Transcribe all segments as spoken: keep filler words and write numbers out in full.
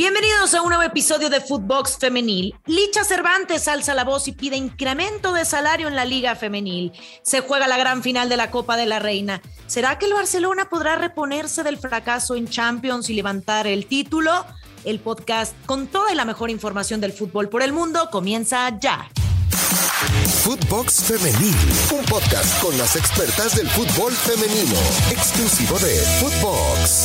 Bienvenidos a un nuevo episodio de Footbox Femenil. Licha Cervantes alza la voz y pide incremento de salario en la Liga Femenil. Se juega la gran final de la Copa de la Reina. ¿Será que el Barcelona podrá reponerse del fracaso en Champions y levantar el título? El podcast con toda y la mejor información del fútbol por el mundo comienza ya. Footbox Femenil, un podcast con las expertas del fútbol femenino, exclusivo de Footbox.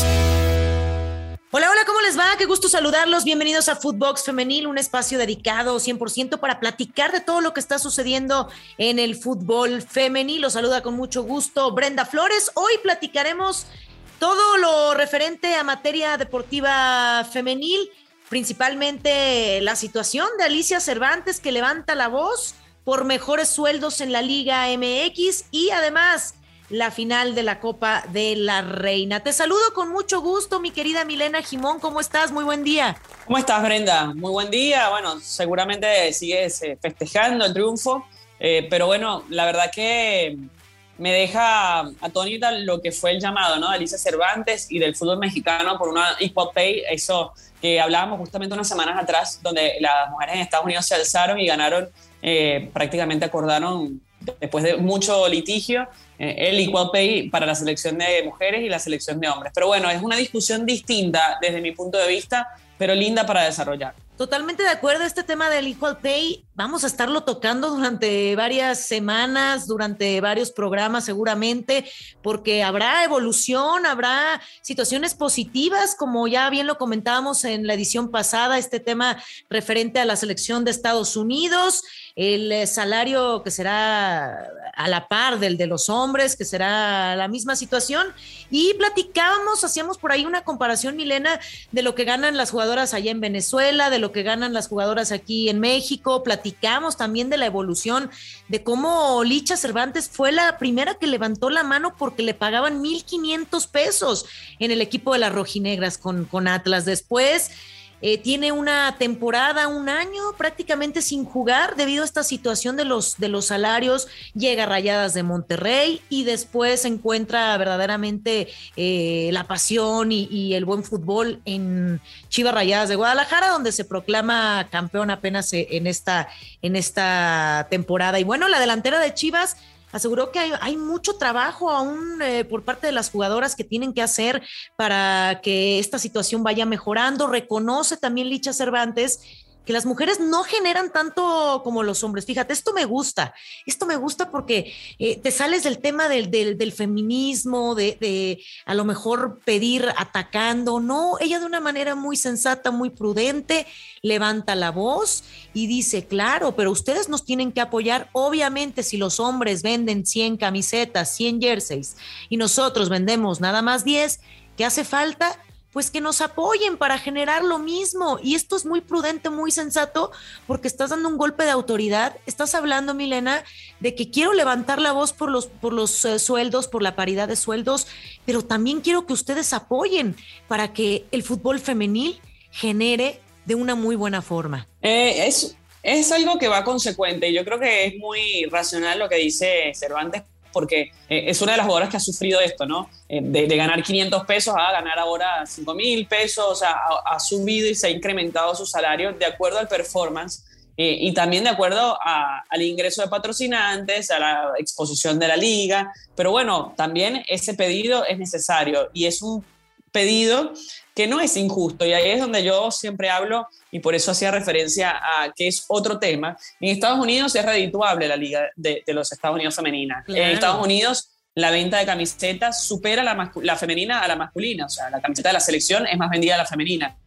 Hola, hola, ¿cómo les va? Qué gusto saludarlos. Bienvenidos a Footbox Femenil, un espacio dedicado cien por ciento para platicar de todo lo que está sucediendo en el fútbol femenil. Los saluda con mucho gusto Brenda Flores. Hoy platicaremos todo lo referente a materia deportiva femenil, principalmente la situación de Alicia Cervantes, que levanta la voz por mejores sueldos en la Liga M X y además la final de la Copa de la Reina. Te saludo con mucho gusto, mi querida Milena Gimón. ¿Cómo estás? Muy buen día. ¿Cómo estás, Brenda? Muy buen día. Bueno, seguramente sigues eh, festejando el triunfo, eh, pero bueno, la verdad que me deja atónita lo que fue el llamado, ¿no?, de Alicia Cervantes y del fútbol mexicano por una equal pay, eso que hablábamos justamente unas semanas atrás, donde las mujeres en Estados Unidos se alzaron y ganaron, eh, prácticamente acordaron, después de mucho litigio, eh, el equal pay para la selección de mujeres y la selección de hombres. Pero bueno, es una discusión distinta desde mi punto de vista, pero linda para desarrollar. Totalmente de acuerdo. Este tema del equal pay vamos a estarlo tocando durante varias semanas, durante varios programas seguramente, porque habrá evolución, habrá situaciones positivas, como ya bien lo comentábamos en la edición pasada, este tema referente a la selección de Estados Unidos, el salario que será a la par del de los hombres, que será la misma situación, y platicábamos, hacíamos por ahí una comparación, Milena, de lo que ganan las jugadoras allá en Venezuela, de lo que ganan las jugadoras aquí en México. Platicamos también de la evolución, de cómo Licha Cervantes fue la primera que levantó la mano porque le pagaban mil quinientos pesos en el equipo de las rojinegras con, con Atlas. Después Eh, tiene una temporada, un año prácticamente sin jugar debido a esta situación de los, de los salarios, llega a Rayadas de Monterrey y después encuentra verdaderamente eh, la pasión y, y el buen fútbol en Chivas Rayadas de Guadalajara, donde se proclama campeón apenas en esta, en esta temporada. Y bueno, la delantera de Chivas aseguró que hay, hay mucho trabajo aún eh, por parte de las jugadoras que tienen que hacer para que esta situación vaya mejorando. Reconoce también Licha Cervantes que las mujeres no generan tanto como los hombres. Fíjate, esto me gusta, esto me gusta porque eh, te sales del tema del, del, del feminismo, de, de a lo mejor pedir atacando. No, ella de una manera muy sensata, muy prudente, levanta la voz y dice, claro, pero ustedes nos tienen que apoyar. Obviamente, si los hombres venden cien camisetas, cien jerseys y nosotros vendemos nada más diez, ¿qué hace falta? Pues que nos apoyen para generar lo mismo. Y esto es muy prudente, muy sensato, porque estás dando un golpe de autoridad. Estás hablando, Milena, de que quiero levantar la voz por los, por los uh, sueldos, por la paridad de sueldos, pero también quiero que ustedes apoyen para que el fútbol femenil genere de una muy buena forma. Eh, es, es algo que va consecuente. Yo creo que es muy racional lo que dice Cervantes, porque eh, es una de las jugadoras que ha sufrido esto, ¿no? Eh, de, de ganar quinientos pesos a ganar ahora cinco mil pesos, o sea, ha, ha subido y se ha incrementado su salario de acuerdo al performance eh, y también de acuerdo a, al ingreso de patrocinantes, a la exposición de la liga, pero bueno, también ese pedido es necesario y es un pedido que no es injusto, y ahí es donde yo siempre hablo, y por eso hacía referencia a que es otro tema. En Estados Unidos es redituable la liga de, de los Estados Unidos femenina. Claro. En Estados Unidos la venta de camisetas supera la, mascu- la femenina a la masculina, o sea, la camiseta de la selección es más vendida a la femenina.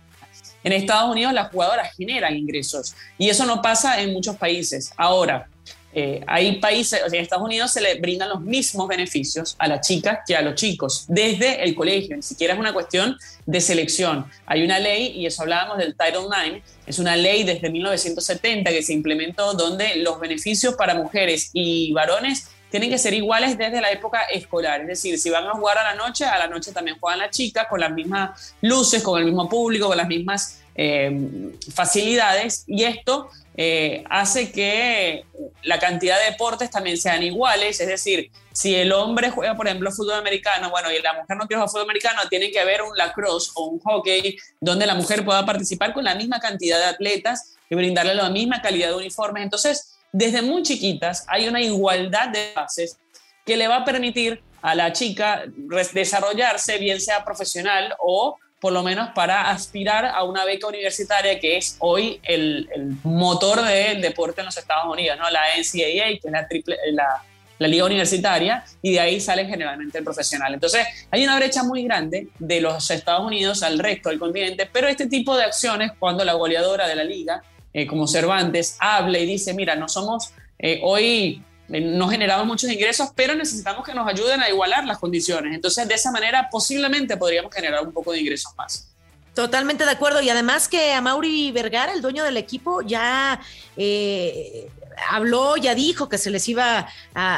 En Estados Unidos las jugadoras generan ingresos y eso no pasa en muchos países. Ahora, Eh, hay países, o sea, en Estados Unidos se le brindan los mismos beneficios a las chicas que a los chicos, desde el colegio, ni siquiera es una cuestión de selección. Hay una ley, y eso hablábamos del Title nueve, es una ley desde mil novecientos setenta que se implementó donde los beneficios para mujeres y varones tienen que ser iguales desde la época escolar. Es decir, si van a jugar a la noche, a la noche también juegan las chicas con las mismas luces, con el mismo público, con las mismas eh, facilidades, y esto eh, hace que la cantidad de deportes también sean iguales. Es decir, si el hombre juega, por ejemplo, fútbol americano, bueno, y la mujer no quiere jugar fútbol americano, tiene que haber un lacrosse o un hockey donde la mujer pueda participar con la misma cantidad de atletas y brindarle la misma calidad de uniformes. Entonces, desde muy chiquitas hay una igualdad de bases que le va a permitir a la chica desarrollarse, bien sea profesional o por lo menos para aspirar a una beca universitaria, que es hoy el, el motor del deporte en los Estados Unidos, ¿no? La N C A A, que es la, triple, la, la liga universitaria, y de ahí sale generalmente el profesional. Entonces, hay una brecha muy grande de los Estados Unidos al resto del continente, pero este tipo de acciones, cuando la goleadora de la liga, eh, como Cervantes, habla y dice, mira, no somos eh, hoy... no generamos muchos ingresos, pero necesitamos que nos ayuden a igualar las condiciones. Entonces, de esa manera, posiblemente podríamos generar un poco de ingresos más. Totalmente de acuerdo. Y además que Amaury Vergara, el dueño del equipo, ya eh, habló, ya dijo que se les iba a,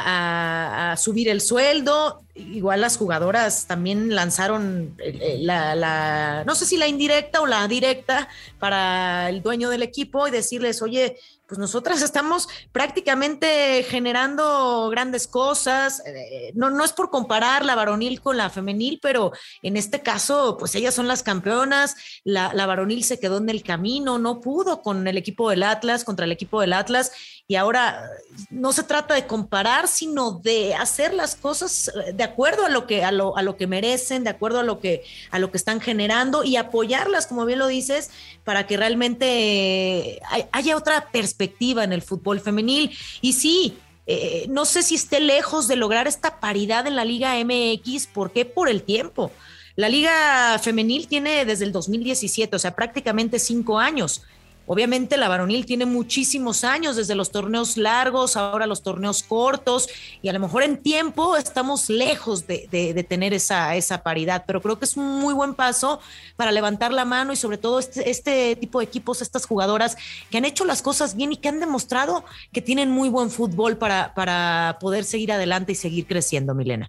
a, a subir el sueldo. Igual las jugadoras también lanzaron la, la, no sé si la indirecta o la directa para el dueño del equipo y decirles, oye, pues nosotras estamos prácticamente generando grandes cosas. Eh, no, no es por comparar la varonil con la femenil, pero en este caso, pues ellas son las campeonas. La, la varonil se quedó en el camino, no pudo con el equipo del Atlas, contra el equipo del Atlas. Y ahora no se trata de comparar, sino de hacer las cosas de acuerdo a lo que, a lo, a lo que merecen, de acuerdo a lo que, a lo que están generando, y apoyarlas, como bien lo dices, para que realmente haya otra perspectiva en el fútbol femenil. Y sí, eh, no sé si esté lejos de lograr esta paridad en la Liga M X. ¿Por qué? Por el tiempo. La Liga Femenil tiene desde el dos mil diecisiete, o sea, prácticamente cinco años. Obviamente la varonil tiene muchísimos años, desde los torneos largos, ahora los torneos cortos, y a lo mejor en tiempo estamos lejos de, de, de tener esa, esa paridad, pero creo que es un muy buen paso para levantar la mano, y sobre todo este, este tipo de equipos, estas jugadoras que han hecho las cosas bien y que han demostrado que tienen muy buen fútbol para, para poder seguir adelante y seguir creciendo, Milena.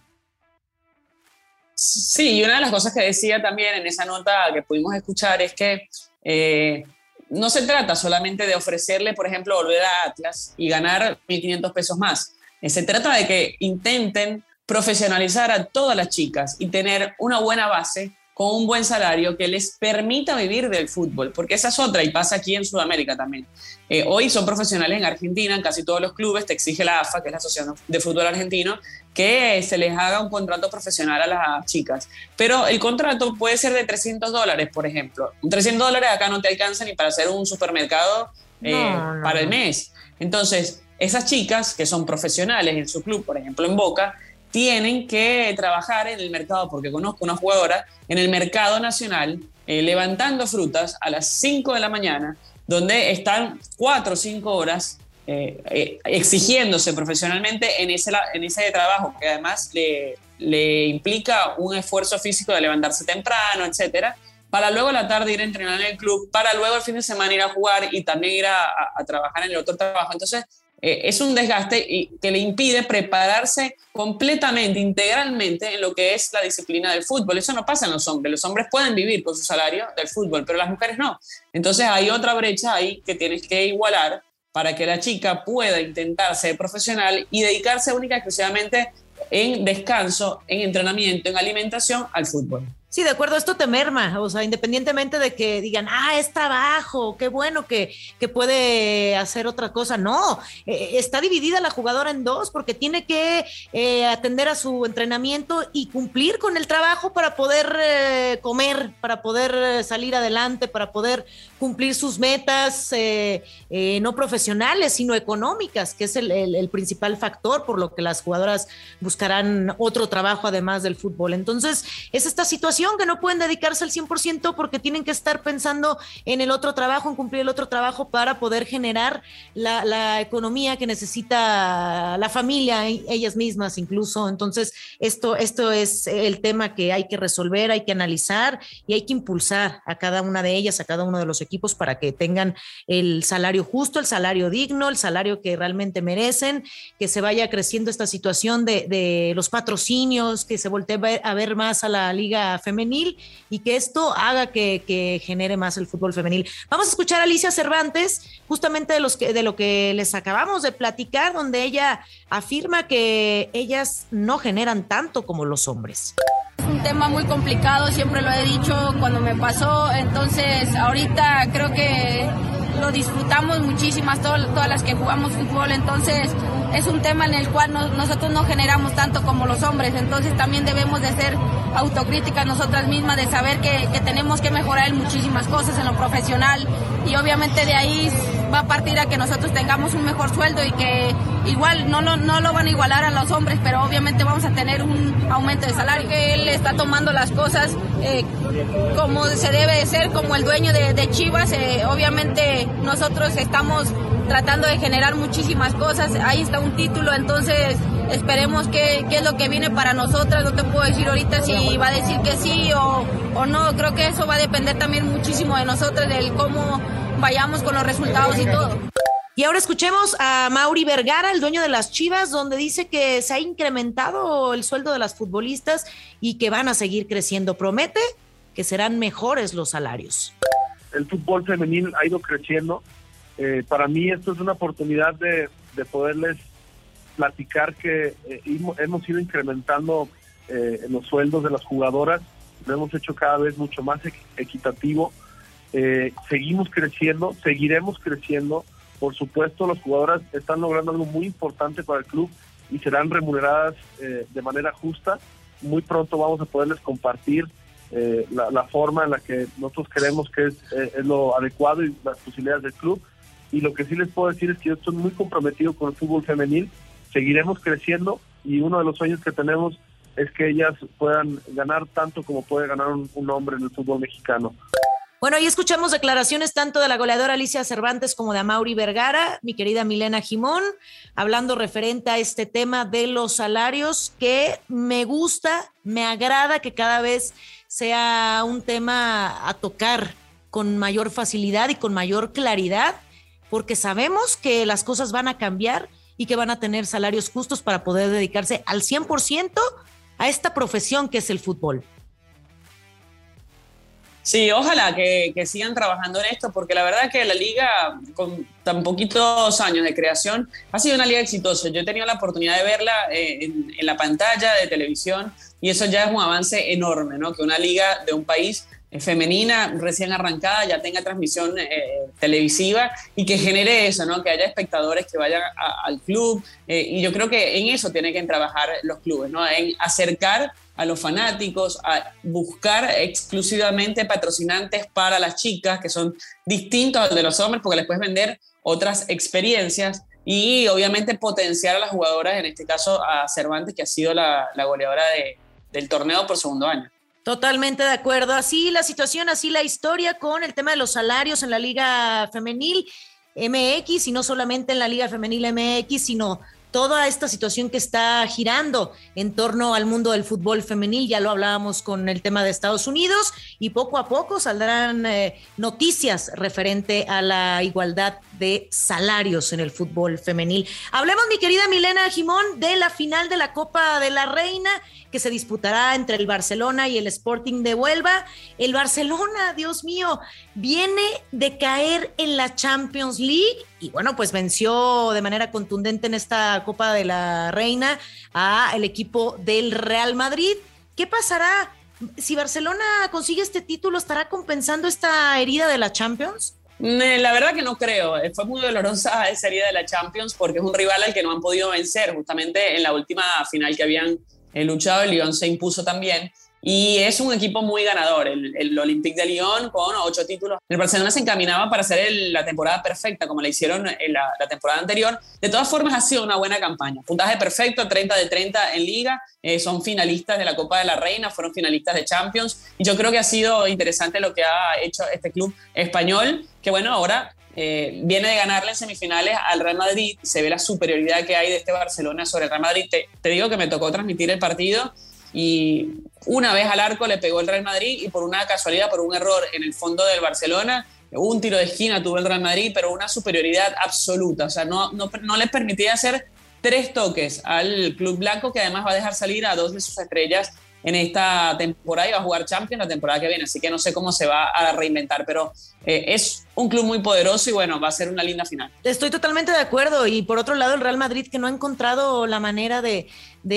Sí, y una de las cosas que decía también en esa nota que pudimos escuchar es que eh, no se trata solamente de ofrecerle, por ejemplo, volver a Atlas y ganar mil quinientos pesos más. Se trata de que intenten profesionalizar a todas las chicas y tener una buena base con un buen salario que les permita vivir del fútbol, porque esa es otra, y pasa aquí en Sudamérica también. Eh, hoy son profesionales en Argentina, en casi todos los clubes te exige la A F A, que es la Asociación de Fútbol Argentino, que se les haga un contrato profesional a las chicas. Pero el contrato puede ser de trescientos dólares, por ejemplo. trescientos dólares acá no te alcanza ni para hacer un supermercado eh, no, no, para el mes. Entonces, esas chicas que son profesionales en su club, por ejemplo en Boca, tienen que trabajar en el mercado, porque conozco una jugadora en el mercado nacional eh, levantando frutas a las cinco de la mañana, donde están cuatro o cinco horas eh, eh, exigiéndose profesionalmente en ese, en ese trabajo, que además le, le implica un esfuerzo físico de levantarse temprano, etcétera, para luego a la tarde ir a entrenar en el club, para luego el fin de semana ir a jugar y también ir a, a, a trabajar en el otro trabajo. Entonces, Eh, es un desgaste y que le impide prepararse completamente, integralmente en lo que es la disciplina del fútbol. Eso no pasa en los hombres. Los hombres pueden vivir con su salario del fútbol, pero las mujeres no. Entonces hay otra brecha ahí que tienes que igualar para que la chica pueda intentar ser profesional y dedicarse única y exclusivamente en descanso, en entrenamiento, en alimentación al fútbol. Sí, de acuerdo, esto te merma, o sea, independientemente de que digan, ah, es trabajo, qué bueno que, que puede hacer otra cosa. No, eh, está dividida la jugadora en dos, porque tiene que eh, atender a su entrenamiento y cumplir con el trabajo para poder eh, comer, para poder salir adelante, para poder cumplir sus metas, eh, eh, no profesionales, sino económicas, que es el, el, el principal factor por lo que las jugadoras buscarán otro trabajo además del fútbol. Entonces, es esta situación que no pueden dedicarse al cien por ciento porque tienen que estar pensando en el otro trabajo, en cumplir el otro trabajo para poder generar la, la economía que necesita la familia, ellas mismas incluso. Entonces, esto, esto es el tema que hay que resolver, hay que analizar y hay que impulsar a cada una de ellas, a cada uno de los equipos para que tengan el salario justo, el salario digno, el salario que realmente merecen, que se vaya creciendo esta situación de, de los patrocinios, que se voltee a ver más a la liga femenina femenil y que esto haga que, que genere más el fútbol femenil. Vamos a escuchar a Alicia Cervantes, justamente de, los que, de lo que les acabamos de platicar, donde ella afirma que ellas no generan tanto como los hombres. Es un tema muy complicado, siempre lo he dicho cuando me pasó, entonces ahorita creo que lo disfrutamos muchísimas, todas, todas las que jugamos fútbol, entonces es un tema en el cual no, nosotros no generamos tanto como los hombres, entonces también debemos de ser autocríticas nosotras mismas, de saber que, que tenemos que mejorar en muchísimas cosas en lo profesional y obviamente de ahí va a partir a que nosotros tengamos un mejor sueldo y que igual no lo, no lo van a igualar a los hombres, pero obviamente vamos a tener un aumento de salario, que él está tomando las cosas eh, como se debe de ser, como el dueño de, de Chivas, eh, obviamente nosotros estamos tratando de generar muchísimas cosas, ahí está un título, entonces esperemos qué es lo que viene para nosotras, no te puedo decir ahorita si va a decir que sí o, o no, creo que eso va a depender también muchísimo de nosotras, del cómo vayamos con los resultados y todo. Y ahora escuchemos a Mauri Vergara, el dueño de las Chivas, donde dice que se ha incrementado el sueldo de las futbolistas y que van a seguir creciendo. Promete que serán mejores los salarios. El fútbol femenil ha ido creciendo. Eh, para mí esto es una oportunidad de, de poderles platicar que eh, hemos ido incrementando eh, los sueldos de las jugadoras, lo hemos hecho cada vez mucho más equitativo. Eh, seguimos creciendo, seguiremos creciendo. Por supuesto, las jugadoras están logrando algo muy importante para el club y serán remuneradas eh, de manera justa. Muy pronto vamos a poderles compartir eh, la, la forma en la que nosotros creemos que es, eh, es lo adecuado y las posibilidades del club. Y lo que sí les puedo decir es que yo estoy muy comprometido con el fútbol femenil. Seguiremos creciendo y uno de los sueños que tenemos es que ellas puedan ganar tanto como puede ganar un, un hombre en el fútbol mexicano. Bueno, ahí escuchamos declaraciones tanto de la goleadora Alicia Cervantes como de Amaury Vergara, mi querida Milena Gimón, hablando referente a este tema de los salarios, que me gusta, me agrada que cada vez sea un tema a tocar con mayor facilidad y con mayor claridad, porque sabemos que las cosas van a cambiar y que van a tener salarios justos para poder dedicarse al cien por ciento a esta profesión que es el fútbol. Sí, ojalá que, que sigan trabajando en esto, porque la verdad que la liga, con tan poquitos años de creación, ha sido una liga exitosa. Yo he tenido la oportunidad de verla eh, en, en la pantalla de televisión y eso ya es un avance enorme, ¿no? Que una liga de un país eh, femenina, recién arrancada, ya tenga transmisión eh, televisiva y que genere eso, ¿no? Que haya espectadores que vayan a, al club eh, y yo creo que en eso tienen que trabajar los clubes, ¿no? En acercar a los fanáticos, a buscar exclusivamente patrocinantes para las chicas, que son distintos al de los hombres, porque les puedes vender otras experiencias y obviamente potenciar a las jugadoras, en este caso a Cervantes, que ha sido la, la goleadora de, del torneo por segundo año. Totalmente de acuerdo. Así la situación, así la historia con el tema de los salarios en la Liga Femenil M X, y no solamente en la Liga Femenil M X, sino toda esta situación que está girando en torno al mundo del fútbol femenil. Ya lo hablábamos con el tema de Estados Unidos y poco a poco saldrán eh, noticias referente a la igualdad de salarios en el fútbol femenil. Hablemos, mi querida Milena Gimón, de la final de la Copa de la Reina que se disputará entre el Barcelona y el Sporting de Huelva. El Barcelona, Dios mío, viene de caer en la Champions League y bueno, pues venció de manera contundente en esta Copa de la Reina a el equipo del Real Madrid. ¿Qué pasará? Si Barcelona consigue este título, ¿estará compensando esta herida de la Champions? La verdad que no creo. Fue muy dolorosa esa herida de la Champions porque es un rival al que no han podido vencer. Justamente en la última final que habían luchado, el Lyon se impuso también. Y es un equipo muy ganador, el, el Olympique de Lyon con ocho títulos. El Barcelona se encaminaba para hacer el, la temporada perfecta, como la hicieron en la, la temporada anterior. De todas formas, ha sido una buena campaña. Puntaje perfecto, treinta de treinta en Liga. Eh, son finalistas de la Copa de la Reina, fueron finalistas de Champions. Y yo creo que ha sido interesante lo que ha hecho este club español, que bueno, ahora eh, viene de ganarle en semifinales al Real Madrid. Se ve la superioridad que hay de este Barcelona sobre el Real Madrid. Te, te digo que me tocó transmitir el partido y una vez al arco le pegó el Real Madrid y por una casualidad, por un error en el fondo del Barcelona, un tiro de esquina tuvo el Real Madrid, pero una superioridad absoluta. O sea, no, no, no les permitía hacer tres toques al club blanco, que además va a dejar salir a dos de sus estrellas en esta temporada y va a jugar Champions la temporada que viene, así que no sé cómo se va a reinventar, pero eh, es un club muy poderoso y bueno, va a ser una linda final. Estoy totalmente de acuerdo, y por otro lado el Real Madrid, que no ha encontrado la manera de,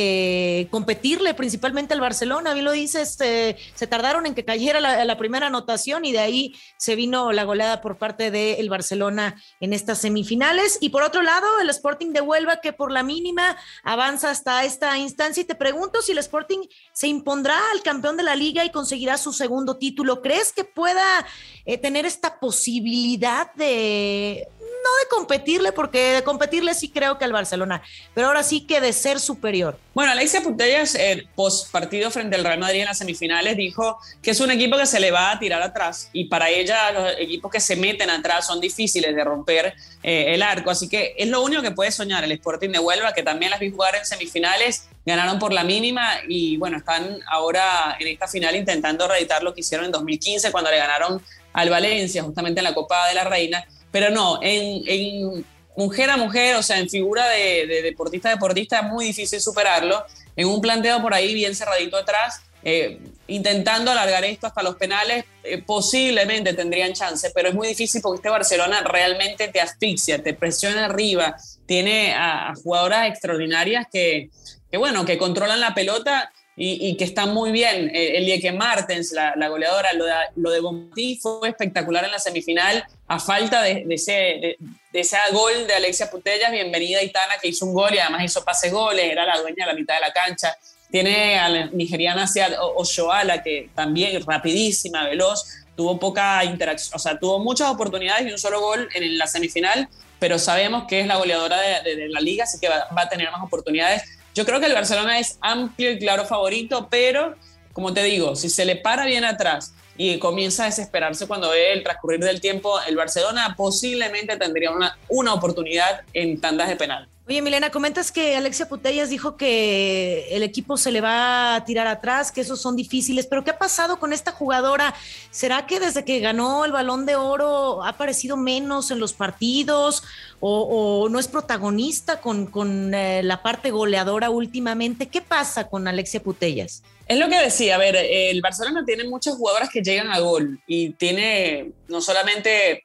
de competirle principalmente al Barcelona. Bien lo dices, eh, se tardaron en que cayera la, la primera anotación y de ahí se vino la goleada por parte del Barcelona en estas semifinales. Y por otro lado el Sporting de Huelva, que por la mínima avanza hasta esta instancia, y te pregunto si el Sporting se impondrá al campeón de la liga y conseguirá su segundo título. ¿Crees que pueda eh, tener esta posibilidad de, no de competirle, porque de competirle sí creo que al Barcelona, pero ahora sí que de ser superior? Bueno, Alexia Putellas, eh, post partido frente al Real Madrid en las semifinales, dijo que es un equipo que se le va a tirar atrás, y para ella los equipos que se meten atrás son difíciles de romper eh, el arco, así que es lo único que puede soñar el Sporting de Huelva, que también las vi jugar en semifinales, ganaron por la mínima y bueno, están ahora en esta final intentando reeditar lo que hicieron en dos mil quince cuando le ganaron al Valencia, justamente en la Copa de la Reina, pero no, en, en mujer a mujer, o sea, en figura de, de deportista a deportista, es muy difícil superarlo, en un planteo por ahí bien cerradito atrás, eh, intentando alargar esto hasta los penales, eh, posiblemente tendrían chance, pero es muy difícil porque este Barcelona realmente te asfixia, te presiona arriba, tiene a, a jugadoras extraordinarias que, que, bueno, que controlan la pelota y, y que están muy bien. Eh, Elieke Martens, la, la goleadora, lo de, lo de Bonmatí fue espectacular en la semifinal, a falta de, de, ese, de, de ese gol de Alexia Putellas. Bienvenida Aitana, que hizo un gol y además hizo pase goles, era la dueña de la mitad de la cancha. Tiene a la nigeriana Siad Oshoala, que también rapidísima, veloz, tuvo poca interacción, o sea, tuvo muchas oportunidades y un solo gol en la semifinal, pero sabemos que es la goleadora de, de, de la liga, así que va, va a tener más oportunidades. Yo creo que el Barcelona es amplio y claro favorito, pero, como te digo, si se le para bien atrás y comienza a desesperarse cuando ve el transcurrir del tiempo, el Barcelona posiblemente tendría una, una oportunidad en tandas de penal. Oye, Milena, comentas que Alexia Putellas dijo que el equipo se le va a tirar atrás, que esos son difíciles, pero ¿qué ha pasado con esta jugadora? ¿Será que desde que ganó el Balón de Oro ha aparecido menos en los partidos o, o no es protagonista con, con eh, la parte goleadora últimamente? ¿Qué pasa con Alexia Putellas? Es lo que decía, a ver, el Barcelona tiene muchas jugadoras que llegan a gol y tiene no solamente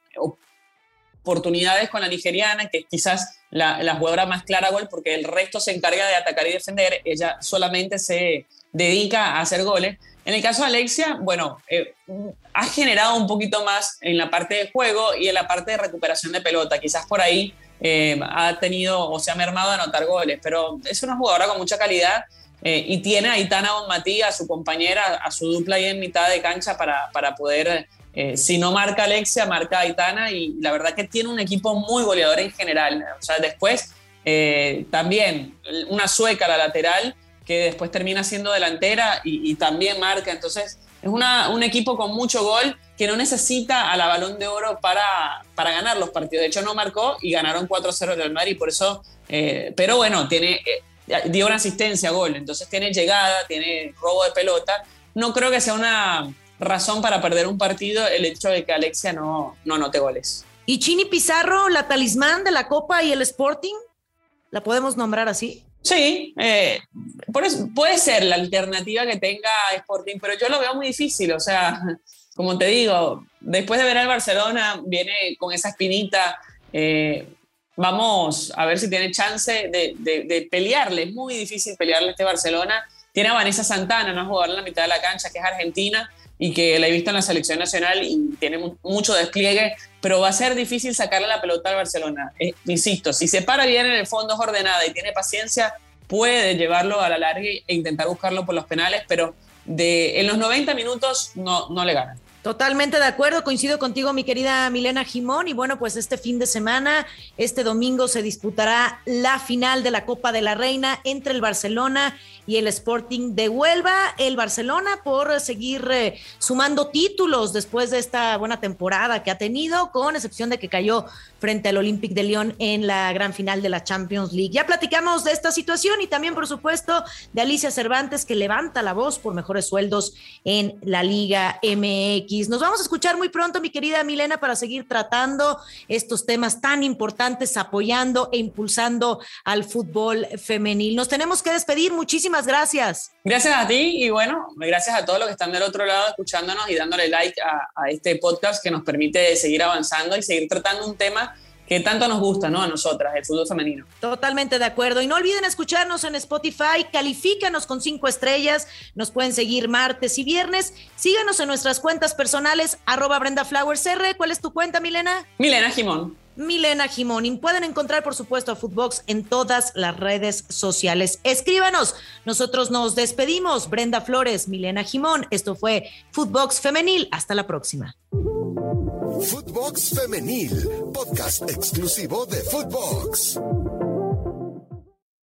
oportunidades con la nigeriana, que quizás la, la jugadora más clara a gol, porque el resto se encarga de atacar y defender, ella solamente se dedica a hacer goles. En el caso de Alexia, bueno, eh, ha generado un poquito más en la parte de juego y en la parte de recuperación de pelota, quizás por ahí eh, ha tenido o se ha mermado a anotar goles, pero es una jugadora con mucha calidad. Eh, y tiene a Aitana Bonmatí, a su compañera, a su dupla ahí en mitad de cancha para, para poder, eh, si no marca Alexia, marca a Aitana, y la verdad que tiene un equipo muy goleador en general. O sea, después eh, también una sueca, la lateral, que después termina siendo delantera y, y también marca. Entonces es una, un equipo con mucho gol que no necesita a la Balón de Oro para, para ganar los partidos. De hecho no marcó y ganaron cuatro a cero el Real Madrid, por eso, eh, pero bueno, tiene... Eh, dio una asistencia a gol, entonces tiene llegada, tiene robo de pelota. No creo que sea una razón para perder un partido el hecho de que Alexia no, no anote goles. ¿Y Chini Pizarro, la talismán de la Copa y el Sporting? ¿La podemos nombrar así? Sí, eh, por eso, puede ser la alternativa que tenga Sporting, pero yo lo veo muy difícil. O sea, como te digo, después de ver al Barcelona, viene con esa espinita. Eh, Vamos a ver si tiene chance de, de, de pelearle. Es muy difícil pelearle a este Barcelona. Tiene a Vanessa Santana, una jugadora en la mitad de la cancha, que es argentina y que la he visto en la selección nacional y tiene mu- mucho despliegue, pero va a ser difícil sacarle la pelota al Barcelona. Eh, insisto, si se para bien en el fondo, es ordenada y tiene paciencia, puede llevarlo a la larga e intentar buscarlo por los penales, pero de, en los noventa minutos no, no le ganan. Totalmente de acuerdo, coincido contigo, mi querida Milena Gimón, y bueno, pues este fin de semana, este domingo se disputará la final de la Copa de la Reina entre el Barcelona y el Sporting de Huelva. El Barcelona por seguir eh, sumando títulos después de esta buena temporada que ha tenido, con excepción de que cayó frente al Olympique de Lyon en la gran final de la Champions League. Ya platicamos de esta situación y también, por supuesto, de Alicia Cervantes, que levanta la voz por mejores sueldos en la Liga M X. M X. Nos vamos a escuchar muy pronto, mi querida Milena, para seguir tratando estos temas tan importantes, apoyando e impulsando al fútbol femenil. Nos tenemos que despedir. Muchísimas gracias. Gracias a ti y bueno, gracias a todos los que están del otro lado escuchándonos y dándole like a, a este podcast que nos permite seguir avanzando y seguir tratando un tema que tanto nos gusta, ¿no? A nosotras, el fútbol femenino. Totalmente de acuerdo. Y no olviden escucharnos en Spotify, califícanos con cinco estrellas, nos pueden seguir martes y viernes. Síganos en nuestras cuentas personales, arroba Brenda Flowers R. ¿Cuál es tu cuenta, Milena? Milena Gimón. Milena Gimón. Y pueden encontrar, por supuesto, a Footbox en todas las redes sociales. Escríbanos. Nosotros nos despedimos. Brenda Flores, Milena Gimón. Esto fue Footbox Femenil. Hasta la próxima. Footbox Femenil, podcast exclusivo de Footbox.